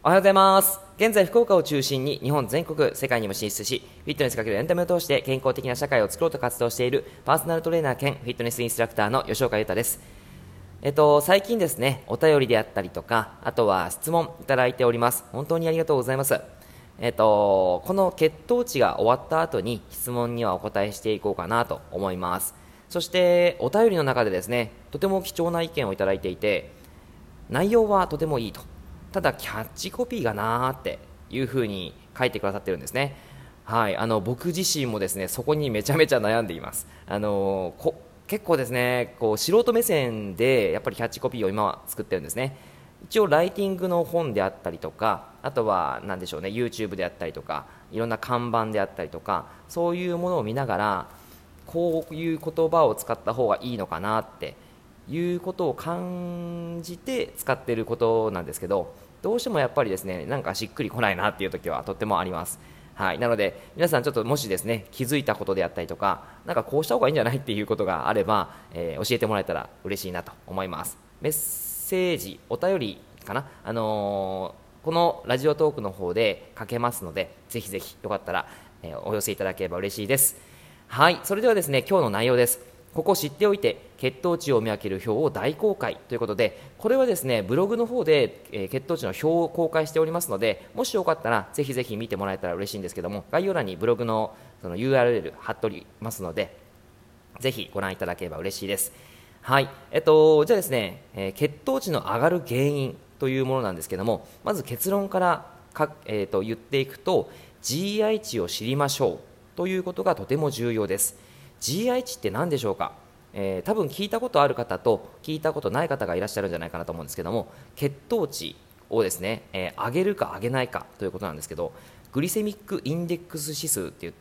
おはようございます。現在福岡を中心に日本全国世界にも進出し、フィットネスかけるエンタメを通して健康的な社会を作ろうと活動しているパーソナルトレーナー兼フィットネスインストラクターの吉岡裕太です。最近ですね、お便りであったりとか、あとは質問いただいております。本当にありがとうございます。この血糖値が終わった後に質問にはお答えしていこうかなと思います。そしてお便りの中でですね、とても貴重な意見をいただいていて、内容はとてもいいと、ただキャッチコピーがなーっていう風に書いてくださってるんですね。はい、僕自身もですね、そこにめちゃめちゃ悩んでいます。結構ですね、こう素人目線でやっぱりキャッチコピーを今は作ってるんですね。一応ライティングの本であったりとか、あとは何でしょうね、 YouTube であったりとか、いろんな看板であったりとか、そういうものを見ながらこういう言葉を使った方がいいのかなっていうことを感じて使っていることなんですけど、どうしてもやっぱりですね、なんかしっくりこないなっていう時はとってもあります。はい、なので皆さんちょっともしですね、気づいたことであったりとか、なんかこうした方がいいんじゃないっていうことがあれば、教えてもらえたら嬉しいなと思います。メッセージ、お便りかな、このラジオトークの方で書けますので、ぜひぜひよかったら、お寄せいただければ嬉しいです。はい、それではですね、今日の内容です。ここ知っておいて血糖値を見分ける表を大公開ということで、これはですね、ブログの方で、血糖値の表を公開しておりますので、もしよかったらぜひぜひ見てもらえたら嬉しいんですけども、概要欄にブログのその URL 貼っておりますので、ぜひご覧いただければ嬉しいです。はい、じゃあですね、血糖値の上がる原因というものなんですけども、まず結論から言っていくと、 GI 値を知りましょうということがとても重要です。 GI 値って何でしょうか。多分聞いたことある方と聞いたことない方がいらっしゃるんじゃないかなと思うんですけども、血糖値をですね、上げるか上げないかということなんですけど、グリセミックインデックス指数って言って、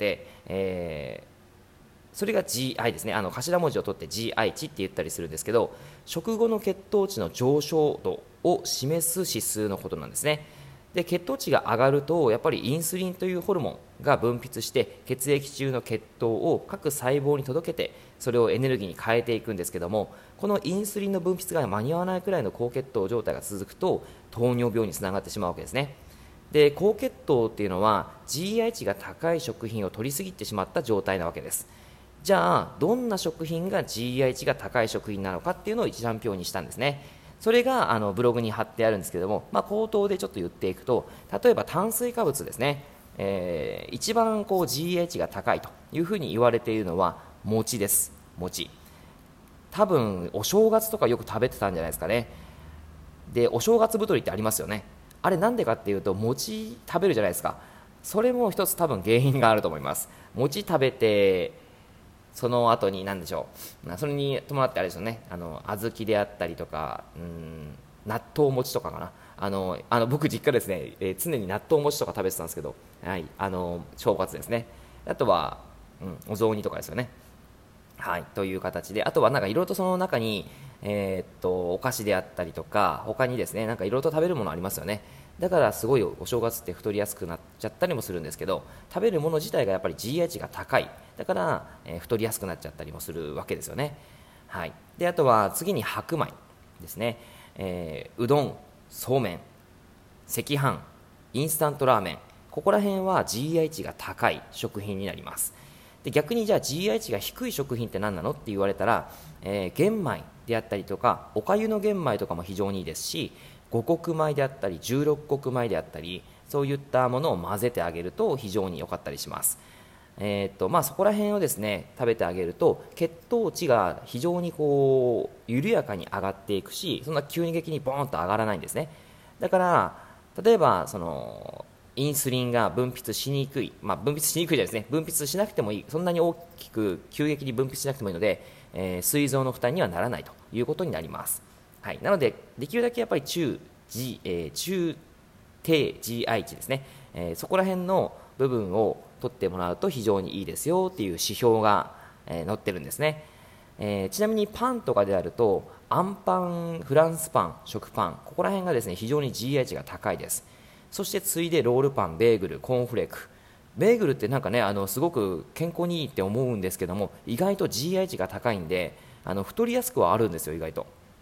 それが GI ですね。頭文字を取って GI 値って言ったりするんですけど、食後の血糖値の上昇度を示す指数のことなんですね。で、血糖値が上がるとやっぱりインスリンというホルモンが分泌して血液中の血糖を各細胞に届けて、それをエネルギーに変えていくんですけども、このインスリンの分泌が間に合わないくらいの高血糖状態が続くと糖尿病につながってしまうわけですね。で、高血糖っていうのは GI 値が高い食品を取りすぎてしまった状態なわけです。じゃあどんな食品が GI 値が高い食品なのかっていうのを一覧表にしたんですね。それがブログに貼ってあるんですけども、口頭でちょっと言っていくと、例えば炭水化物ですね、一番GI 値が高いというふうに言われているのは餅です。餅、多分お正月とかよく食べてたんじゃないですかね。で、お正月太りってありますよね。あれなんでかっていうと、餅食べるじゃないですか。それも一つ多分原因があると思います。餅食べて、その後に何でしょう、それに伴ってあれですよね、小豆であったりとか、納豆餅とかかな、僕実家ですね、常に納豆餅とか食べてたんですけど、はい、正月ですね。あとは、お雑煮とかですよね。はい、という形で、あとはなんかいろいろとその中に、お菓子であったりとか、他にですね、なんかいろいろと食べるものありますよね。だからすごいお正月って太りやすくなっちゃったりもするんですけど、食べるもの自体がやっぱり GI 値が高い、だから、太りやすくなっちゃったりもするわけですよね。はい、で、あとは次に白米ですね、うどん、そうめん、赤飯、インスタントラーメン、ここら辺は GI 値が高い食品になります。で、逆にじゃあ GI 値が低い食品って何なのって言われたら、玄米であったりとか、おかゆの玄米とかも非常にいいですし、五穀米であったり十六穀米であったり、そういったものを混ぜてあげると非常に良かったりします。そこら辺をですね食べてあげると、血糖値が非常に緩やかに上がっていくし、そんな急激にボーンと上がらないんですね。だから例えばインスリンが分泌しにくい、分泌しにくいじゃないですね、分泌しなくてもいい、そんなに大きく急激に分泌しなくてもいいので、膵臓の負担にはならないということになります。はい、なのでできるだけやっぱり中低 GI 値ですね、そこら辺の部分を取ってもらうと非常にいいですよっていう指標が、載ってるんですね。ちなみにパンとかであると、あんパン、フランスパン、食パン、ここら辺がですね非常に GI 値が高いです。そして次いでロールパン、ベーグル、コーンフレーク。ベーグルってなんかね、すごく健康にいいって思うんですけども、意外と GI 値が高いんで、太りやすくはあるんですよ、意外と。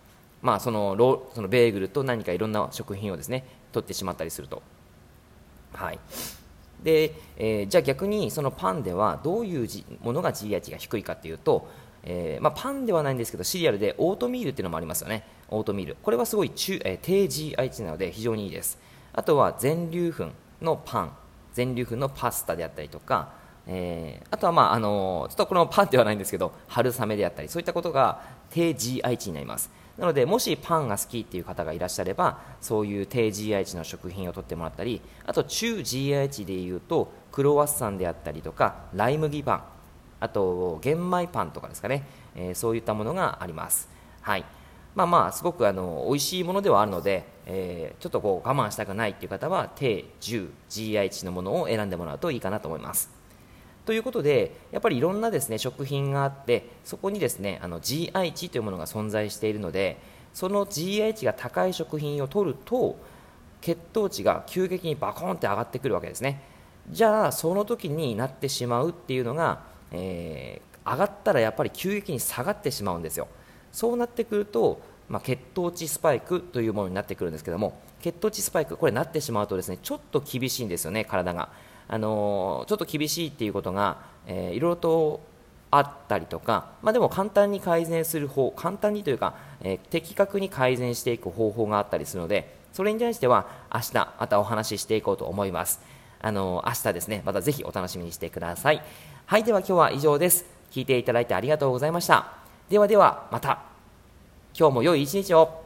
そのベーグルと何かいろんな食品をですね取ってしまったりすると。はいでじゃあ逆にそのパンではどういうものが GI 値が低いかというと、パンではないんですけどシリアルでオートミールっていうのもありますよね。オートミール、これはすごい低 GI 値なので非常にいいです。あとは全粒粉のパン、全粒粉のパスタであったりとか、あとは、ちょっとこのパンではないんですけど春雨であったりそういったことが低 GI 値になります。なのでもしパンが好きっていう方がいらっしゃればそういう低 GI 値の食品を取ってもらったり、あと中 GI 値でいうとクロワッサンであったりとかライ麦パン、あと玄米パンとかですかね、そういったものがあります。はい、すごく美味しいものではあるので、ちょっと我慢したくないっていう方は低10 GI 値のものを選んでもらうといいかなと思います。ということでやっぱりいろんなですね食品があってそこにですねGI 値というものが存在しているので、その GI 値が高い食品を取ると血糖値が急激にバコーンって上がってくるわけですね。じゃあその時になってしまうっていうのが、上がったらやっぱり急激に下がってしまうんですよ。そうなってくると、血糖値スパイクというものになってくるんですけども、血糖値スパイクこれなってしまうとですねちょっと厳しいんですよね。体がちょっと厳しいっていうことが、いろいろとあったりとか、でも簡単に改善する簡単にというか、的確に改善していく方法があったりするので、それに対しては明日またお話ししていこうと思います。明日ですねまたぜひお楽しみにしてください。はい、では今日は以上です。聞いていただいてありがとうございました。ではではまた。今日も良い一日を。